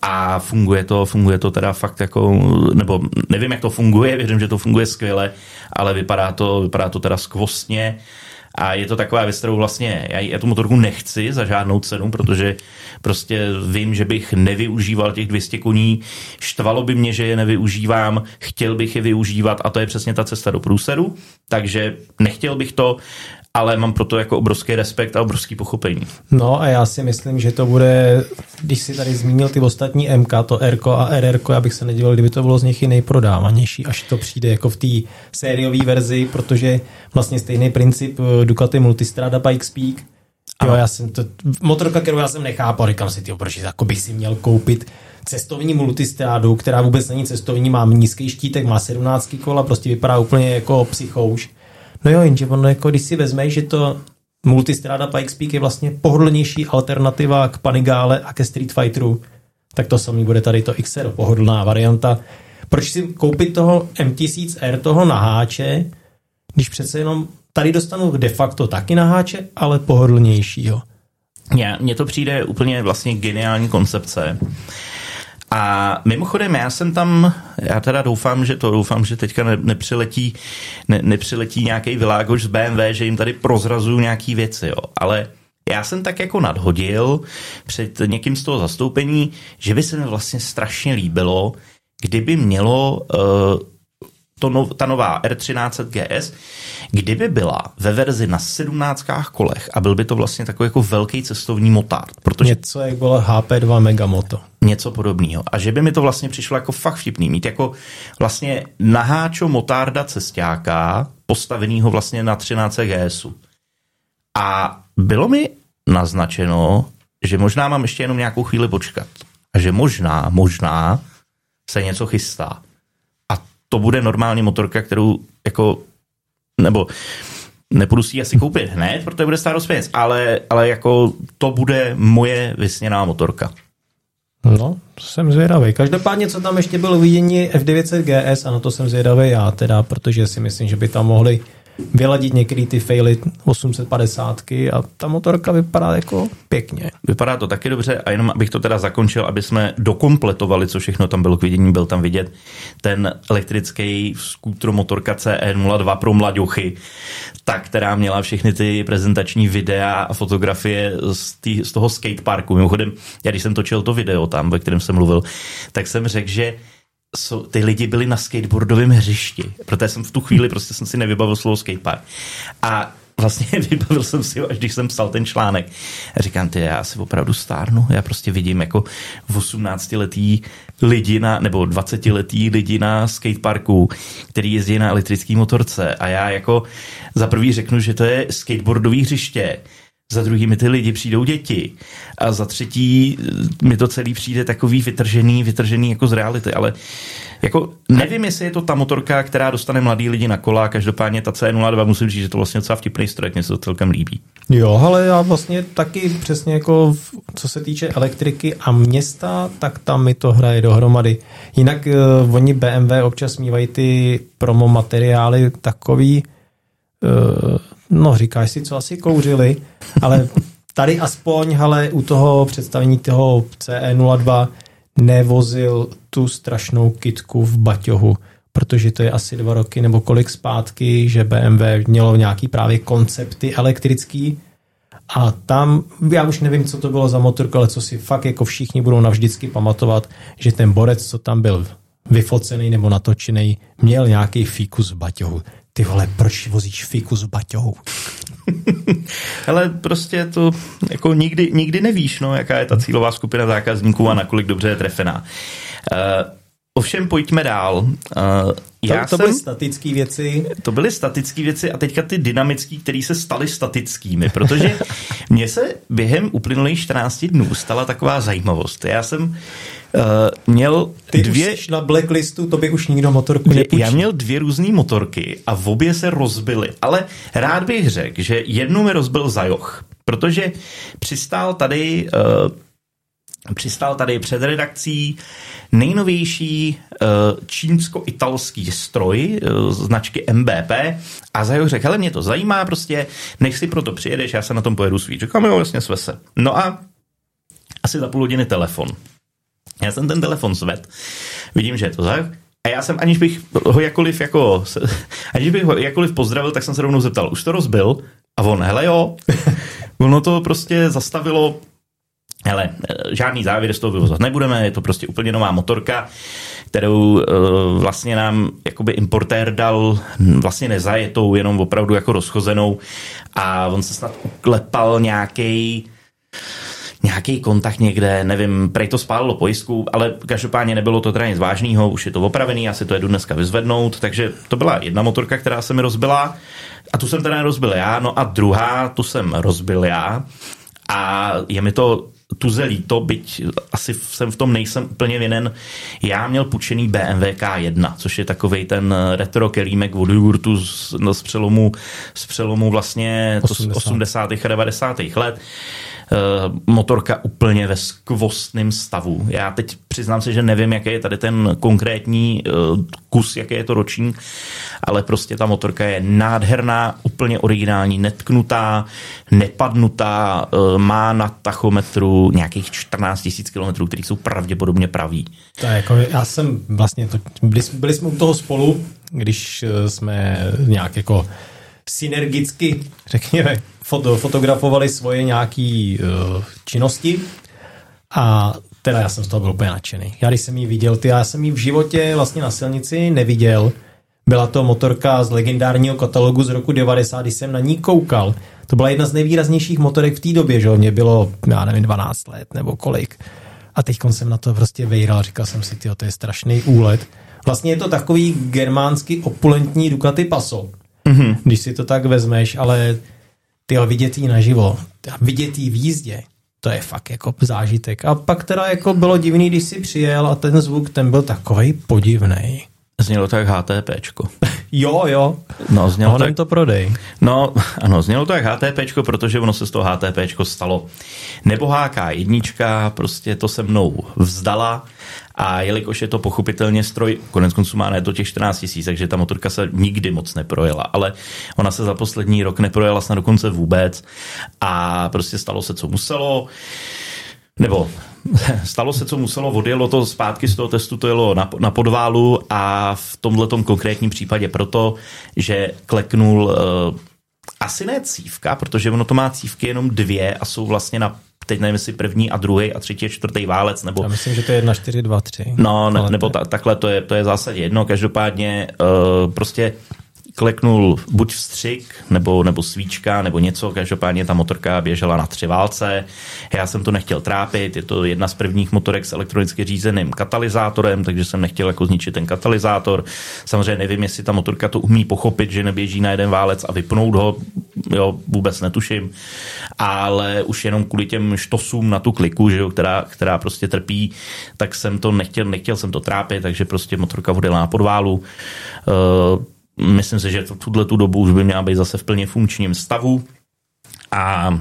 A funguje to, funguje to teda fakt jako, nebo nevím, jak to funguje, věřím, že to funguje skvěle, ale vypadá to, vypadá to teda skvostně. A je to taková věc, kterou vlastně, já, já tu motorku nechci za žádnou cenu, protože prostě vím, že bych nevyužíval těch dvě stě koní, štvalo by mě, že je nevyužívám, chtěl bych je využívat a to je přesně ta cesta do průseru, takže nechtěl bych to, ale mám proto jako obrovský respekt a obrovský pochopení. No a já si myslím, že to bude, když si tady zmínil ty ostatní M K, to R a R R, já bych se nedíval, kdyby to bylo z nich i nejprodávanější, až to přijde jako v té sériové verzi, protože vlastně stejný princip Ducati Multistrada Bike Speak. Jo, já jsem to, motorka, kterou já jsem nechápal, říkám si, tyjo, proč jako bych si měl koupit cestovní Multistrádu, která vůbec není cestovní, má nízký štítek, má sedmnáct kol a prostě vypadá úplně jako psychouš. No jo, jenže ono jako, když si vezmeš, že to Multistrada Bike Speak je vlastně pohodlnější alternativa k Panigale a ke Street Fighteru, tak to samý bude tady to X R, pohodlná varianta. Proč si koupit toho M tisíc R, toho naháče, když přece jenom tady dostanu de facto taky naháče, ale pohodlnějšího. Mně to přijde úplně vlastně geniální koncepce. A mimochodem, já jsem tam, já teda doufám, že to doufám, že teďka ne, nepřiletí, ne, nepřiletí nějaký világoš z B M W, že jim tady prozrazují nějaký věci, jo. Ale já jsem tak jako nadhodil před někým z toho zastoupení, že by se mi vlastně strašně líbilo, kdyby mělo uh, to no, ta nová R třináct set G S, kdyby byla ve verzi na sedmnáctkách kolech a byl by to vlastně takový jako velký cestovní motard. Protože něco jak bylo H P dva Megamoto. Něco podobného. A že by mi to vlastně přišlo jako fakt vtipný. Mít jako vlastně naháčo motárda cestáka postavenýho vlastně na třináct G S u. A bylo mi naznačeno, že možná mám ještě jenom nějakou chvíli počkat. A že možná, možná se něco chystá. A to bude normální motorka, kterou jako, nebo nepůjdu si ji asi koupit hned, protože bude stát dost peněz, ale, ale jako to bude moje vysněná motorka. No, jsem zvědavý. Každopádně, co tam ještě bylo vidění F devět set G S, a na to jsem zvědavý já teda, protože si myslím, že by tam mohli vyladit některé ty faily osm set padesát a ta motorka vypadá jako pěkně. Vypadá to taky dobře a jenom abych to teda zakončil, aby jsme dokompletovali, co všechno tam bylo k vidění, byl tam vidět ten elektrický skútr motorka C E nula dva pro mlaďochy, ta, která měla všechny ty prezentační videa a fotografie z, tý, z toho skateparku. Mimochodem, já když jsem točil to video tam, ve kterém jsem mluvil, tak jsem řekl, že So, ty lidi byli na skateboardovém hřišti, protože jsem v tu chvíli prostě jsem si nevybavil slovo skatepark. A vlastně vybavil jsem si ho, až když jsem psal ten článek. A říkám, ty, já si opravdu stárnu, já prostě vidím jako osmnáctiletý lidi na, nebo dvacetiletý lidi na skateparku, který jezdí na elektrický motorce a já jako za prvý řeknu, že to je skateboardový hřiště, za druhý mi ty lidi přijdou děti a za třetí mi to celý přijde takový vytržený, vytržený jako z reality, ale jako nevím, jestli je to ta motorka, která dostane mladý lidi na kola, každopádně ta C nula dva musím říct, že to vlastně docela vtipný strojek, mě se to celkem líbí. Jo, ale já vlastně taky přesně jako co se týče elektriky a města, tak tam mi to hraje dohromady. Jinak uh, oni B M W občas mývají ty promo materiály takový uh, no, říkáš si, co asi kouřili, ale tady aspoň, ale u toho představení toho C E nula dva nevozil tu strašnou kytku v baťohu, protože to je asi dva roky nebo kolik zpátky, že B M W mělo nějaký právě koncepty elektrický a tam, já už nevím, co to bylo za motorku, ale co si fakt jako všichni budou navždycky pamatovat, že ten borec, co tam byl vyfocený nebo natočený, měl nějaký fíkus v baťohu. Ty vole, proč vozíš fíkus v baťohu? Ale prostě to jako nikdy, nikdy nevíš, no, jaká je ta cílová skupina zákazníků a nakolik dobře je trefená. Uh, ovšem pojďme dál. Uh, já to, to jsem, byly statické věci. To byly statické věci a teďka ty dynamické, které se staly statickými, protože mně se během uplynulých čtrnácti dnů stala taková zajímavost. Já jsem Uh, měl Ty dvě... už na blacklistu, to by už nikdo motorku nepůjčil. Já měl dvě různé motorky a v obě se rozbily, ale rád bych řekl, že jednu mi rozbil zajoch, protože přistál tady uh, přistál tady před redakcí nejnovější uh, čínsko-italský stroj uh, značky M B P a zajoch řekl, hele, mě to zajímá, prostě nech si proto přijedeš, já se na tom pojedu svít. Říkám, jo, jasně, sve se. No a asi za půl hodiny telefon. Já jsem ten telefon zved, vidím, že je to tak. A já jsem, aniž bych ho jakkoliv jako, aniž bych ho jakkoliv pozdravil, tak jsem se rovnou zeptal, už to rozbil? A on, hele jo, ono to prostě zastavilo, hele, žádný závěr z toho vyvozovat nebudeme, je to prostě úplně nová motorka, kterou uh, vlastně nám jakoby importér dal vlastně nezajetou, jenom opravdu jako rozchozenou a on se snad uklepal nějaký nějaký kontakt někde, nevím, prej to spálilo pojistku, ale každopádně nebylo to teda nic vážného, už je to opravený, já si to jedu dneska vyzvednout, takže to byla jedna motorka, která se mi rozbila a tu jsem teda rozbil já, no a druhá, tu jsem rozbil já a je mi to tuze líto, byť asi jsem v tom nejsem úplně vinen. Já měl půjčený B M W K jedna, což je takovej ten retro kelímek od jogurtu z, no, z přelomu, z přelomu vlastně osmdesátých a devadesátých let. Uh, motorka úplně ve skvostném stavu. Já teď přiznám se, že nevím, jaký je tady ten konkrétní uh, kus, jaký je to ročník, ale prostě ta motorka je nádherná, úplně originální, netknutá, nepadnutá, uh, má na tachometru nějakých čtrnáct tisíc kilometrů, který jsou pravděpodobně praví. To je jako, já jsem vlastně, to, byli, byli jsme u toho spolu, když jsme nějak jako synergicky, řekněme, foto, fotografovali svoje nějaké uh, činnosti a teda já jsem z toho byl úplně nadšený. Já když jsem ji viděl, ty, já jsem ji v životě vlastně na silnici neviděl. Byla to motorka z legendárního katalogu z roku devadesát, když jsem na ní koukal. To byla jedna z nejvýraznějších motorek v té době, že mě bylo, já nevím, dvanáct let nebo kolik. A teď jsem na to prostě vejral, říkal jsem si, tyjo, to je strašný úlet. Vlastně je to takový germánsky opulentní Ducati Passo. Mm-hmm. Když si to tak vezmeš, ale tyjo, vidět jí naživo, vidět jí v jízdě, to je fakt jako zážitek. A pak teda jako bylo divný, když si přijel a ten zvuk, ten byl takovej podivnej. Znělo to jak HTPčko. Jo, jo. No, znělo tak... to prodej. No, ano, znělo to jak HTPčko, protože ono se z toho HTPčko stalo nebohá K jedna, prostě to se mnou vzdala a jelikož je to pochopitelně stroj, konec konců má ne do těch čtrnáct tisíc, takže ta motorka se nikdy moc neprojela, ale ona se za poslední rok neprojela snad dokonce vůbec a prostě stalo se, co muselo. Nebo stalo se, co muselo, odjelo to zpátky z toho testu, to jelo na, na podválu a v tomhletom konkrétním případě proto, že kleknul uh, asi ne cívka, protože ono to má cívky jenom dvě a jsou vlastně na, teď nevím, jestli první a druhý a třetí a čtvrtý válec. Nebo, já myslím, že to je jedna, čtyři, dva, tři. No, ne, nebo ta, takhle, to je, to je v zásadě jedno, každopádně uh, prostě kleknul buď vstřik, nebo, nebo svíčka, nebo něco, každopádně ta motorka běžela na tři válce. Já jsem to nechtěl trápit, je to jedna z prvních motorek s elektronicky řízeným katalyzátorem, takže jsem nechtěl jako zničit ten katalyzátor. Samozřejmě nevím, jestli ta motorka to umí pochopit, že neběží na jeden válec a vypnout ho, jo, vůbec netuším, ale už jenom kvůli těm štosům na tu kliku, že jo, která, která prostě trpí, tak jsem to nechtěl, nechtěl jsem to trápit, takže prostě motorka odjela na podválu. Uh, Myslím si, že v tuhle tu dobu už by měla být zase v plně funkčním stavu. A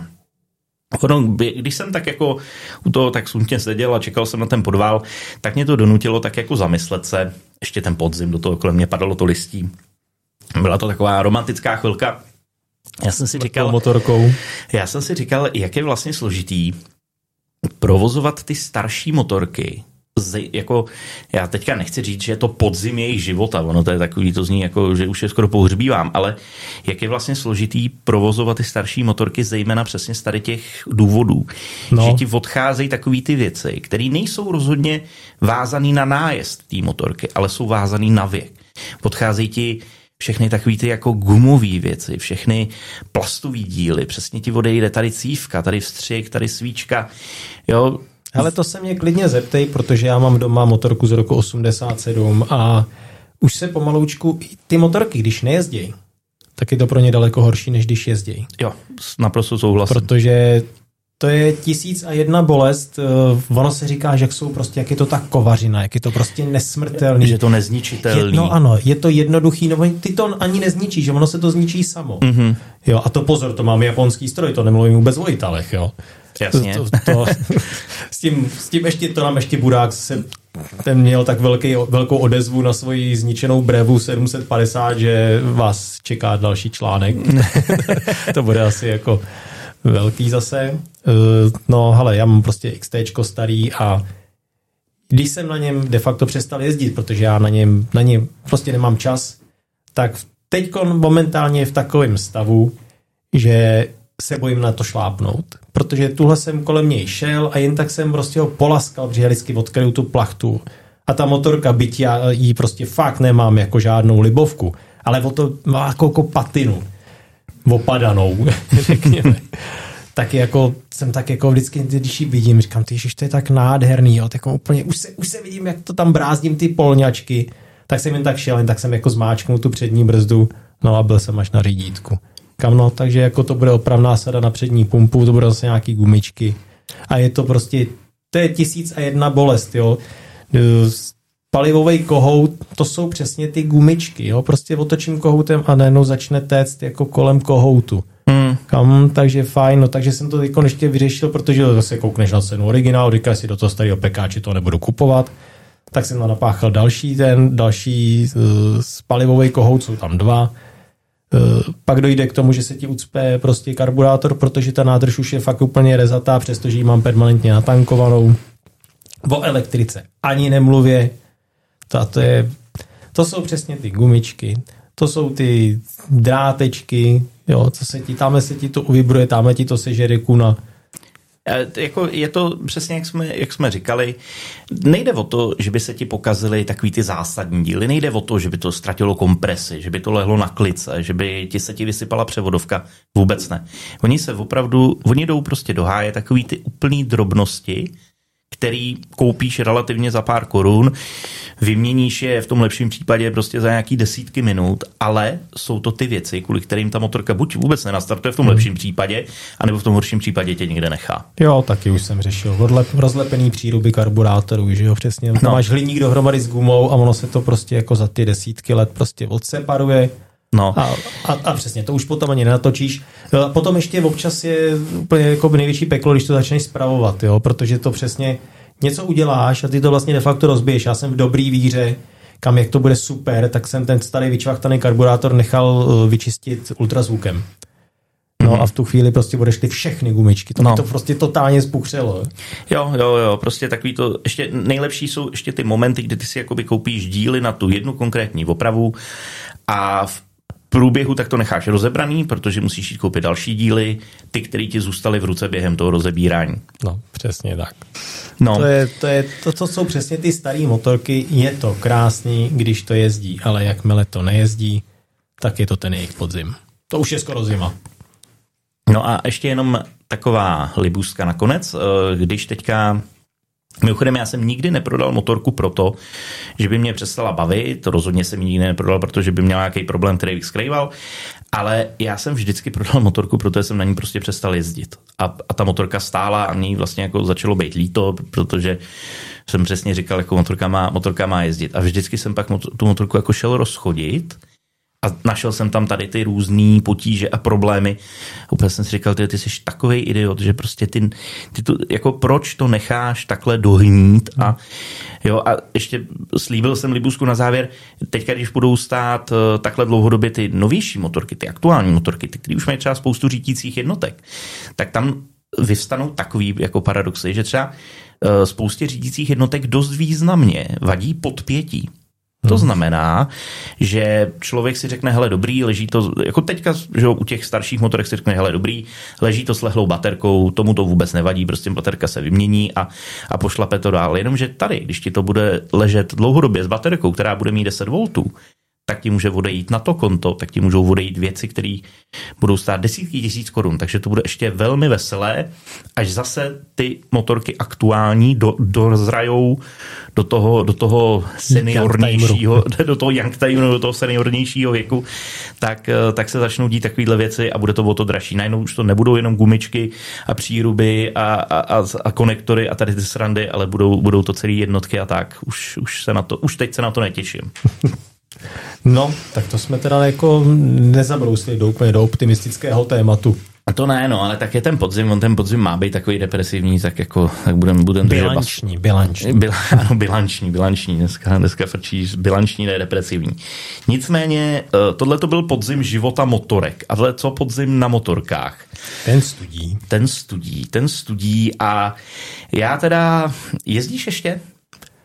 když jsem tak jako u toho tak smutně seděl a čekal jsem na ten podvál, tak mě to donutilo tak jako zamyslet se. Ještě ten podzim, do toho kolem mě padalo to listí. Byla to taková romantická chvilka. Já jsem si říkal, motorkou. Já jsem si říkal, jak je vlastně složitý provozovat ty starší motorky. Z, jako, já teďka nechci říct, že je to podzim jejich života, ono to je takový, to zní jako, že už je skoro pohřbívám, ale jak je vlastně složitý provozovat ty starší motorky, zejména přesně z tady těch důvodů, no. Že ti odcházejí takový ty věci, které nejsou rozhodně vázaný na nájezd té motorky, ale jsou vázaný na věk. Odcházejí ti všechny takový ty jako gumové věci, všechny plastový díly, přesně ti odejde tady cívka, tady vstřik, tady svíčka, jo. Ale to se mě klidně zeptej, protože já mám doma motorku z roku osmdesát sedm a už se pomaloučku, ty motorky, když nejezdí, tak je to pro ně daleko horší, než když jezdí. Jo, naprosto souhlasím. Protože to je tisíc a jedna bolest, ono se říká, že jsou prostě, jak je to ta kovařina, jak je to prostě nesmrtelný. Že je to nezničitelný. Je, no ano, je to jednoduchý, no ty to ani nezničí, že ono se to zničí samo. Mm-hmm. Jo, a to pozor, to máme japonský stroj, to nemluvím vůbec o Italech, jo. Jasně. To, to, to, s, tím, s tím ještě to nám ještě Budák se, ten měl tak velký, velkou odezvu na svoji zničenou Brevu sedm set padesát, že vás čeká další článek. To bude asi jako velký zase. No hele, já mám prostě XTčko starý a Když jsem na něm de facto přestal jezdit, protože já na něm, na něm prostě nemám čas, tak teďko momentálně je v takovém stavu, že se bojím na to šlápnout. Protože tuhle jsem kolem něj šel a jen tak jsem prostě ho polaskal, protože já vždycky odkryju tu plachtu. A ta motorka, byť já jí prostě fakt nemám jako žádnou libovku, ale o to má jako, jako patinu opadanou, řekněme. Tak jako jsem tak jako vždycky, když ji vidím, říkám, ty ježiš, to je tak nádherný, jo, tak jako úplně, už se, už se vidím, jak to tam brázdím ty polňačky, tak jsem jen tak šel, jen tak jsem jako zmáčknul tu přední brzdu, no a byl jsem až na řídítku. Kam no, takže jako to bude opravná sada na přední pumpu, to bude zase nějaký gumičky a je to prostě, to je tisíc a jedna bolest, jo. Palivový kohout, to jsou přesně ty gumičky, jo, prostě otočím kohoutem a najednou začne téct jako kolem kohoutu. Hmm. Kam, takže fajn, no, takže jsem to teď ještě vyřešil, protože zase koukneš na cenu originál, říkáš si do toho starého pekáče to nebudu kupovat, tak jsem tam napáchal další ten, další uh, palivový kohout, jsou tam dva. Uh, pak dojde k tomu, že se ti ucpe prostě karburátor, protože ta nádrž už je fakt úplně rezatá, přestože ji mám permanentně natankovanou. O elektrice ani nemluvě. To, to, je, to jsou přesně ty gumičky, to jsou ty drátečky, jo, co se ti, tamhle se ti to uvibruje, tamhle ti to sežere kuna. Jako je to přesně, jak jsme, jak jsme říkali, nejde o to, že by se ti pokazily takový ty zásadní díly, nejde o to, že by to ztratilo kompresi, že by to lehlo na klice, že by ti se ti vysypala převodovka, vůbec ne. Oni se opravdu, oni jdou prostě do háje takový ty úplný drobnosti, který koupíš relativně za pár korun, vyměníš je v tom lepším případě prostě za nějaký desítky minut, ale jsou to ty věci, kvůli kterým ta motorka buď vůbec nenastartuje v tom hmm. lepším případě, anebo v tom horším případě tě někde nechá. Jo, taky už jsem řešil. Odlep, rozlepený příruby karburátorů, že jo, přesně. No. Máš hliník dohromady s gumou a ono se to prostě jako za ty desítky let prostě odseparuje. No. A, a, a přesně, to už potom ani nenatočíš. A potom ještě občas je úplně jako největší peklo, když to začneš spravovat, jo, protože to přesně něco uděláš a ty to vlastně de facto rozbiješ. Já jsem v dobrý víře, kam jak to bude super, tak jsem ten starý vyčvachtaný karburátor nechal vyčistit ultrazvukem. No mm-hmm. a v tu chvíli prostě odešly všechny gumičky. To no. to prostě totálně spuchřelo. Jo, jo, jo, prostě takový to, ještě nejlepší jsou ještě ty momenty, kdy ty si jakoby koupíš díly na tu jednu konkrétní opravu a v průběhu tak to necháš rozebraný, protože musíš jít koupit další díly, ty, které ti zůstaly v ruce během toho rozebírání. No, přesně tak. No. To, je, to, je, to, co jsou přesně ty staré motorky, je to krásný, když to jezdí, ale jakmile to nejezdí, tak je to ten jejich podzim. To už je skoro zima. No a ještě jenom taková libůzka nakonec, když teďka mimochodem, já jsem nikdy neprodal motorku proto, že by mě přestala bavit, to rozhodně jsem ji nikdy neprodal, protože by měl nějaký problém, který bych skrýval, ale já jsem vždycky prodal motorku, protože jsem na ní prostě přestal jezdit. A, a ta motorka stála a mě vlastně jako začalo být líto, protože jsem přesně říkal, jako motorka má, motorka má jezdit. A vždycky jsem pak motor, tu motorku jako šel rozchodit a našel jsem tam tady ty různý potíže a problémy. A úplně jsem si říkal, ty, ty jsi takovej idiot, že prostě ty, ty to, jako proč to necháš takhle dohnít a jo, a ještě slíbil jsem libůzku na závěr, teďka, když budou stát uh, takhle dlouhodobě ty novější motorky, ty aktuální motorky, ty, které už mají třeba spoustu řídících jednotek, tak tam vyvstanou takový jako paradoxy, že třeba uh, spoustě řídících jednotek dost významně vadí podpětí. To znamená, že člověk si řekne, hele dobrý, leží to, jako teďka, že u těch starších motorek si řekne, hele dobrý, leží to s lehlou baterkou, tomu to vůbec nevadí, prostě baterka se vymění a, a pošlape to dál. Jenomže tady, když ti to bude ležet dlouhodobě s baterkou, která bude mít deset voltů, tak ti může odejít na to konto, tak ti můžou odejít věci, které budou stát desítky tisíc korun, takže to bude ještě velmi veselé, až zase ty motorky aktuální do, dozrajou do toho, do toho seniornějšího, do toho young timeru, do toho seniornějšího věku, tak, tak se začnou dít takovýhle věci a bude to o to dražší. Najednou už to nebudou jenom gumičky a příruby a, a, a, a konektory a tady ty srandy, ale budou, budou to celé jednotky a tak. Už, už, se na to, už teď se na to netěším. No, tak to jsme teda jako nezabrousili do úplně do optimistického tématu. A to ne, no, ale tak je ten podzim, on ten podzim má být takový depresivní, tak jako, tak budem, budem bilanční, bilanční. Bil, ano, bilanční, bilanční, dneska, dneska frčí bilanční, ne depresivní. Nicméně, tohle to byl podzim života motorek, ale co podzim na motorkách? Ten studí. Ten studí, ten studí a já teda, jezdíš ještě?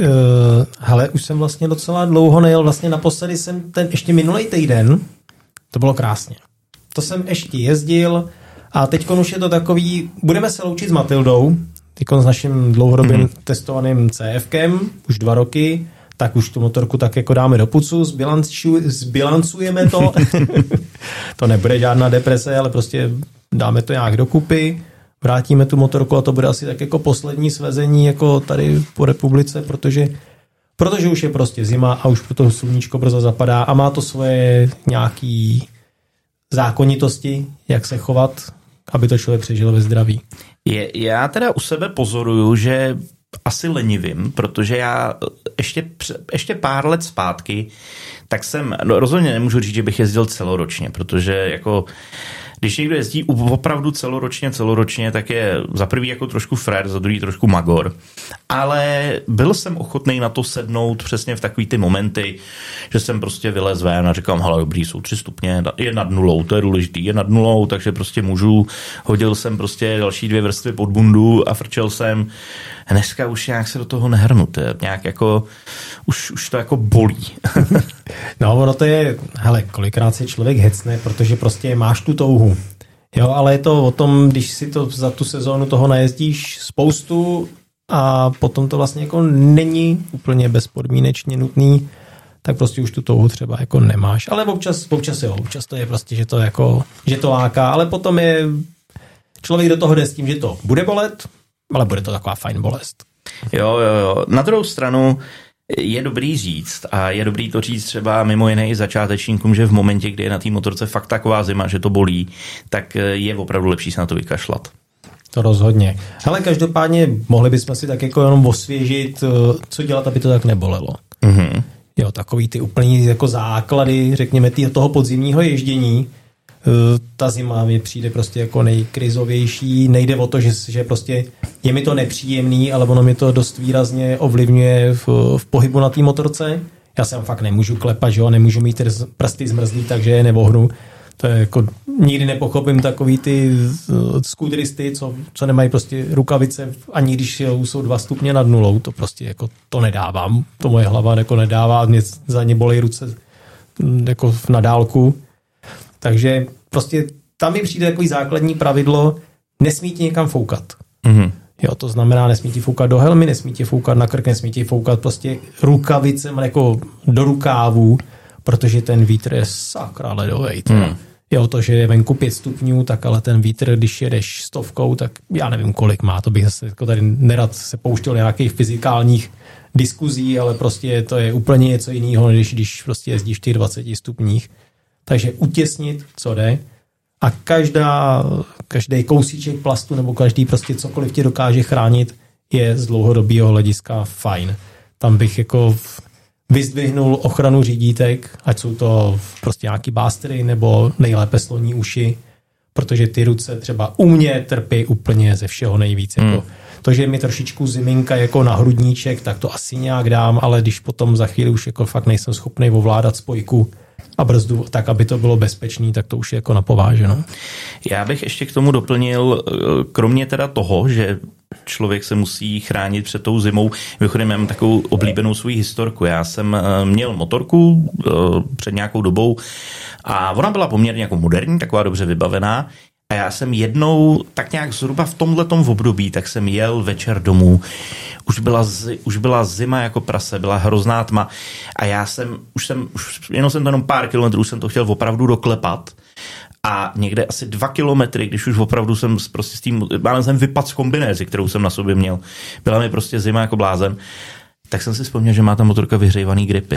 Uh, hele, už jsem vlastně docela dlouho nejel. Vlastně naposledy jsem ten ještě minulý týden, to bylo krásně. To jsem ještě jezdil a teď už je to takový, budeme se loučit s Matildou, teďkon s naším dlouhodobým mm-hmm. testovaným CFkem, už dva roky, tak už tu motorku tak jako dáme do pucu, zbilancu, zbilancujeme to. To nebude žádná deprese, ale prostě dáme to nějak dokupy, vrátíme tu motorku a to bude asi tak jako poslední svezení jako tady po republice, protože, protože už je prostě zima a už to sluníčko brzo zapadá a má to svoje nějaký zákonitosti, jak se chovat, aby to člověk přežil ve zdraví. Je, já teda u sebe pozoruju, že asi lenivím, protože já ještě, ještě pár let zpátky, tak jsem, no rozhodně nemůžu říct, že bych jezdil celoročně, protože jako když někdo jezdí opravdu celoročně, celoročně, tak je za prvý jako trošku frér, za druhý trošku magor. Ale byl jsem ochotný na to sednout přesně v takový ty momenty, že jsem prostě vylez ven a říkám, hele, dobrý, jsou tři stupně, je nad nulou, to je důležitý, je nad nulou, takže prostě můžu, hodil jsem prostě další dvě vrstvy pod bundu a frčel jsem. Dneska už nějak se do toho nehrnu, to je nějak jako, už, už to jako bolí. No, ono to je, hele, kolikrát si člověk hecne, protože prostě máš tu touhu. Jo, ale je to o tom, když si to za tu sezónu toho najezdíš spoustu a potom to vlastně jako není úplně bezpodmínečně nutný, tak prostě už tu touhu třeba jako nemáš. Ale občas, občas jo, občas to je prostě, že to jako, že to láká, ale potom je, člověk do toho jde s tím, že to bude bolet, ale bude to taková fajn bolest. Jo, jo, jo. Na druhou stranu je dobrý říct a je dobrý to říct třeba mimo jiné i začátečníkům, že v momentě, kdy je na té motorce fakt taková zima, že to bolí, tak je opravdu lepší se na to vykašlat. To rozhodně. Ale každopádně mohli bychom si tak jako jenom osvěžit, co dělat, aby to tak nebolelo. Mm-hmm. Jo, takový ty úplný jako základy, řekněme, tý, toho podzimního ježdění. Ta zima mi přijde prostě jako nejkrizovější. Nejde o to, že, že prostě je mi to nepříjemný, ale ono mi to dost výrazně ovlivňuje v, v pohybu na té motorce. Já se fakt nemůžu klepat, že jo, nemůžu mít prsty zmrzlý, takže je nevohnu. To je jako, nikdy nepochopím takový ty skuteristy, co, co nemají prostě rukavice, ani když jsou dva stupně nad nulou, to prostě jako to nedávám. To moje hlava jako nedává, mě za ně bolí ruce jako na dálku. Takže prostě tam mi přijde takový základní pravidlo, nesmí ti někam foukat. Mm-hmm. Jo, to znamená, nesmí ti foukat do helmy, nesmí ti foukat na krk, nesmí ti foukat prostě rukavicem jako do rukávů, protože ten vítr je sakra ledovej. Mm. Jo, to, že je venku pět stupňů, tak ale ten vítr, když jedeš stovkou, tak já nevím, kolik má. To bych zase jako tady nerad se pouštěl nějakých fyzikálních diskuzí, ale prostě to je úplně něco jiného, než když prostě jezdíš v těch dvaceti stupních. Takže utěsnit, co jde. A každá, každý kousíček plastu nebo každý prostě cokoliv tě dokáže chránit, je z dlouhodobého hlediska fajn. Tam bych jako vyzdvihnul ochranu řídítek, ať jsou to prostě nějaký bástery nebo nejlépe sloní uši, protože ty ruce třeba u mě trpí úplně ze všeho nejvíc. Hmm. Jako to, že mi trošičku ziminka jako na hrudníček, tak to asi nějak dám, ale když potom za chvíli už jako fakt nejsem schopný ovládat spojku a brzdu tak, aby to bylo bezpečný, tak to už je jako napováženo. Já bych ještě k tomu doplnil, kromě teda toho, že člověk se musí chránit před tou zimou. Mimochodem mám takovou oblíbenou svou historku. Já jsem měl motorku před nějakou dobou a ona byla poměrně jako moderní, taková dobře vybavená. A já jsem jednou, tak nějak zhruba v tomhletom období, tak jsem jel večer domů. Už byla, zi, už byla zima jako prase, byla hrozná tma. A já jsem, už jsem, už jenom jsem to jenom pár kilometrů, jsem to chtěl opravdu doklepat. A někde asi dva kilometry, když už opravdu jsem prostě s tím, málem jsem vypadl z kombinézy, kterou jsem na sobě měl. Byla mi prostě zima jako blázen. Tak jsem si vzpomněl, že má ta motorka vyhřívaný gripy.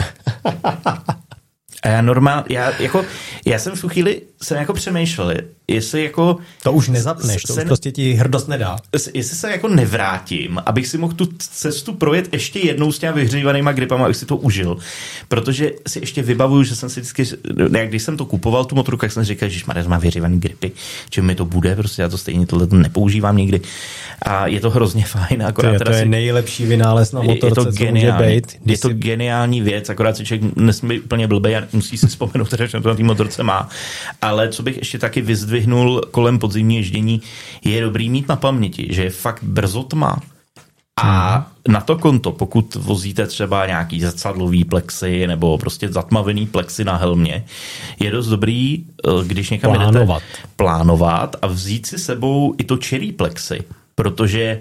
A já normál, já jako, já jsem v tu chvíli jsem jako přemýšlel, jestli jako... To už nezapneš, to se, už prostě ti hrdost nedá. Jestli se jako nevrátím, abych si mohl tu cestu projet ještě jednou s těma vyhřívanýma gripama, abych si to užil. Protože si ještě vybavuju, že jsem si vždycky, jak když jsem to kupoval, tu motorku, jak jsem říkal, že Maria má vyhřívaný gripy, čím mi to bude, prostě já to stejně tohle nepoužívám nikdy. A je to hrozně fajn. Akorát to je, teda to je si, nejlepší vynález na motorce, je to co geniální, může být. Je to si... geniální věc, akorát si člověk nesmí být úplně blbej a musí si vzpomenout, že to na té motorce má. Ale co bych ještě taky vyzdvihnul kolem podzimní ježdění, je dobrý mít na paměti, že je fakt brzo tma. A na to konto, pokud vozíte třeba nějaký zrcadlový plexy nebo prostě zatmavený plexy na helmě, je dost dobrý, když někam plánovat. jdete, plánovat a vzít si sebou i to čirý plexy, protože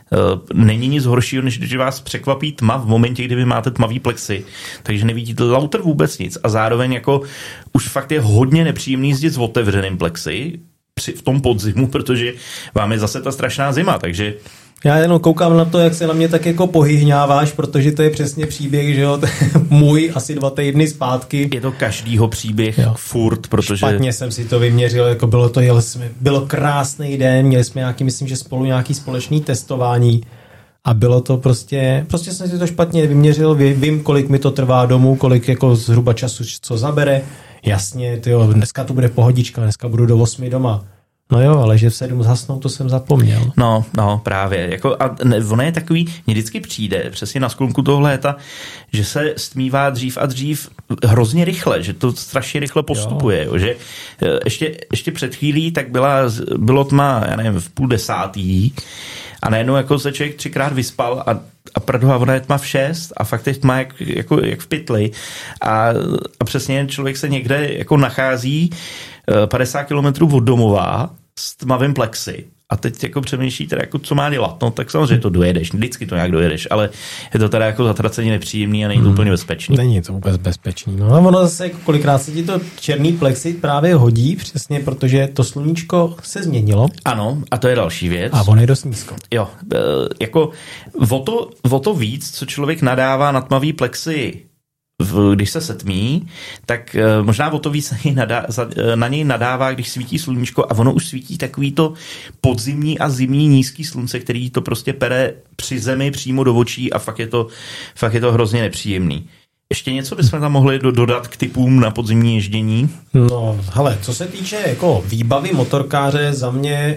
není nic horšího, než když vás překvapí tma v momentě, kdy vy máte tmavý plexy, takže nevidíte lauter vůbec nic a zároveň jako už fakt je hodně nepříjemný jezdit s otevřeným plexy při, v tom podzimu, protože vám je zase ta strašná zima, takže já jenom koukám na to, jak se na mě tak jako pohyhňáváš, protože to je přesně příběh, že jo, můj asi dva týdny zpátky. Je to každýho příběh jo. furt, protože... Špatně jsem si to vyměřil, jako bylo to, jeli jsme, bylo krásný den, měli jsme nějaký, myslím, že spolu nějaký společný testování a bylo to prostě, prostě jsem si to špatně vyměřil, vím, kolik mi to trvá domů, kolik jako zhruba času, co zabere, jasně, tyjo, dneska to bude pohodička, dneska budu do osmi doma. No jo, ale že v sedm zhasnou, to jsem zapomněl. No, no, právě. Jako, a ne, ono je takový, mně vždycky přijde, přesně na sklonku toho léta, že se stmívá dřív a dřív hrozně rychle, že to strašně rychle postupuje. Jo. Jo, že ještě, ještě před chvílí tak byla, bylo tma, já nevím, v půl desátý a najednou jako se člověk třikrát vyspal a a prdoha, ona je tma v šest a fakt je tma jak, jako, jak v pytli a, a přesně člověk se někde jako nachází padesát kilometrů od domova s tmavým plexy a teď jako přemýšlí teda jako co má dělat, no tak samozřejmě to dojedeš, vždycky to nějak dojedeš, ale je to teda jako zatraceně nepříjemný a není to hmm. úplně bezpečný. Není to vůbec bezpečný, no a ono zase jako kolikrát se ti to černý plexy právě hodí, přesně protože to sluníčko se změnilo. Ano, a to je další věc. A on je dost nízko. Jo, jako o to, o to víc, co člověk nadává na tmavý plexy, když se setmí, tak možná o to víc na něj, nadá, na něj nadává, když svítí sluníčko a ono už svítí takový to podzimní a zimní nízký slunce, který to prostě pere při zemi přímo do očí a fakt je to, fakt je to hrozně nepříjemný. Ještě něco bychom tam mohli dodat k typům na podzimní ježdění? No, hele, co se týče jako výbavy motorkáře, za mě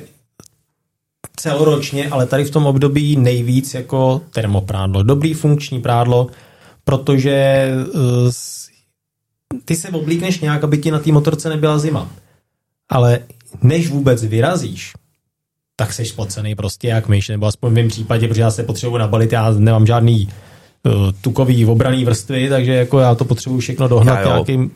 celoročně, ale tady v tom období nejvíc jako termoprádlo. Dobrý funkční prádlo, protože uh, ty se oblíkneš nějak, aby ti na té motorce nebyla zima. Ale než vůbec vyrazíš, tak seš spocený prostě jak myš, nebo aspoň v mém případě, protože já se potřebuji nabalit, já nemám žádný uh, tukový obraný vrstvy, takže jako já to potřebuji všechno dohnat nějakým,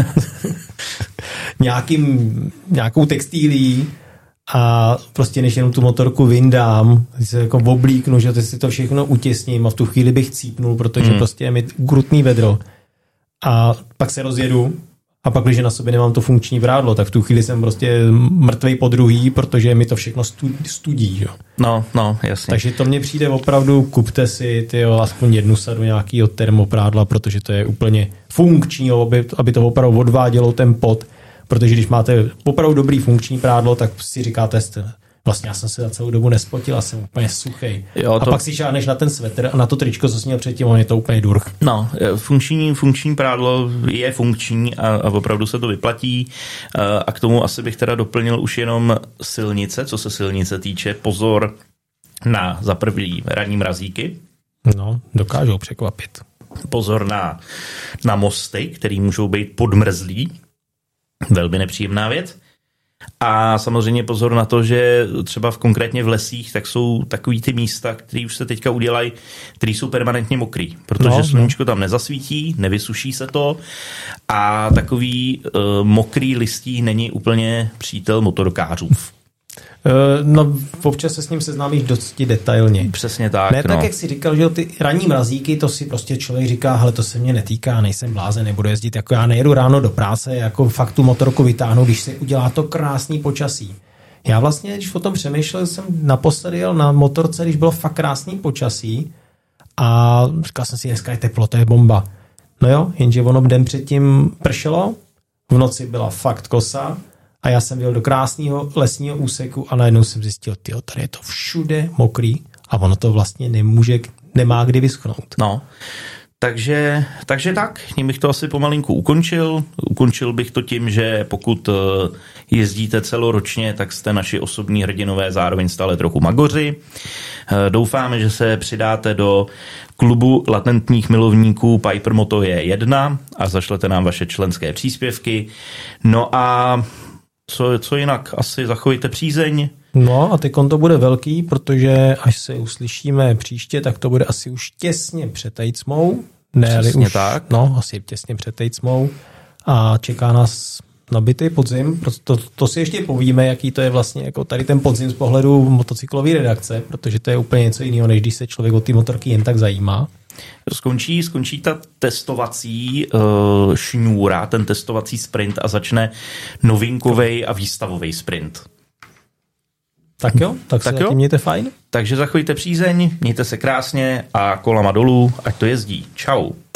nějakým nějakou textilí a prostě než jenom tu motorku vyndám, se jako oblíknu, že to si to všechno utěsním a v tu chvíli bych cípnul, protože hmm. prostě je mi krutný vedro. A pak se rozjedu a pak, když na sobě nemám to funkční prádlo, tak v tu chvíli jsem prostě mrtvej po druhý, protože mi to všechno studí. Jo. No, no, jasně. Takže to mně přijde opravdu, kupte si tyjo, aspoň jednu sadu nějakého termoprádla, protože to je úplně funkční, aby, aby to opravdu odvádělo ten pot. Protože když máte opravdu dobrý funkční prádlo, tak si říkáte, vlastně já jsem se za celou dobu nespotil a jsem úplně suchej. Jo, to... A pak si šáhneš na ten svetr a na to tričko, co jsi měl předtím, on je to úplně durch. No, funkční, funkční prádlo je funkční a, a opravdu se to vyplatí. A k tomu asi bych teda doplnil už jenom silnice, co se silnice týče. Pozor na za první ranní mrazíky. No, dokážou překvapit. Pozor na, na mosty, který můžou být podmrzlí. Velmi nepříjemná věc. A samozřejmě pozor na to, že třeba v konkrétně v lesích tak jsou takový ty místa, které už se teďka udělají, které jsou permanentně mokrý, protože no, sluníčko tam nezasvítí, nevysuší se to a takový uh, mokrý listí není úplně přítel motorkářů. No, občas se s ním seznámíš dosti detailně. Přesně tak. Ne no. tak, jak jsi říkal, že ty ranní mrazíky, to si prostě člověk říká, hele, to se mě netýká, nejsem blázen, nebudu jezdit, jako já nejedu ráno do práce, jako fakt tu motorku vytáhnu, když se udělá to krásný počasí. Já vlastně, když o tom přemýšlel, jsem naposledy jel na motorce, když bylo fakt krásný počasí a říkal jsem si, dneska je teplo, to je bomba. No jo, jenže ono den předtím pršelo, v noci byla fakt kosa, a já jsem jel do krásného lesního úseku a najednou jsem zjistil, tyjo, tady je to všude mokrý a ono to vlastně nemůže, nemá kdy vyschnout. No, takže, takže tak, tím bych to asi pomalinku ukončil. Ukončil bych to tím, že pokud jezdíte celoročně, tak jste naši osobní hrdinové, zároveň stále trochu magoři. Doufáme, že se přidáte do klubu latentních milovníků Piper Moto J jedna a zašlete nám vaše členské příspěvky. No a Co, co jinak? Asi zachovejte přízeň, No a teď to bude velký, protože až se uslyšíme příště, tak to bude asi už těsně před Tejcmou. Ne, Přesně už, tak. No, asi těsně před Tejcmou. A čeká nás nabitý podzim. To, to si ještě povíme, jaký to je vlastně jako tady ten podzim z pohledu motocyklové redakce, protože to je úplně něco jiného, než když se člověk o ty motorky jen tak zajímá. Skončí, skončí ta testovací uh, šňůra, ten testovací sprint a začne novinkovej a výstavový sprint. Tak jo, tak, tak se zatím mějte fajn. Takže zachovejte přízeň, mějte se krásně a kolama dolů, ať to jezdí. Čau.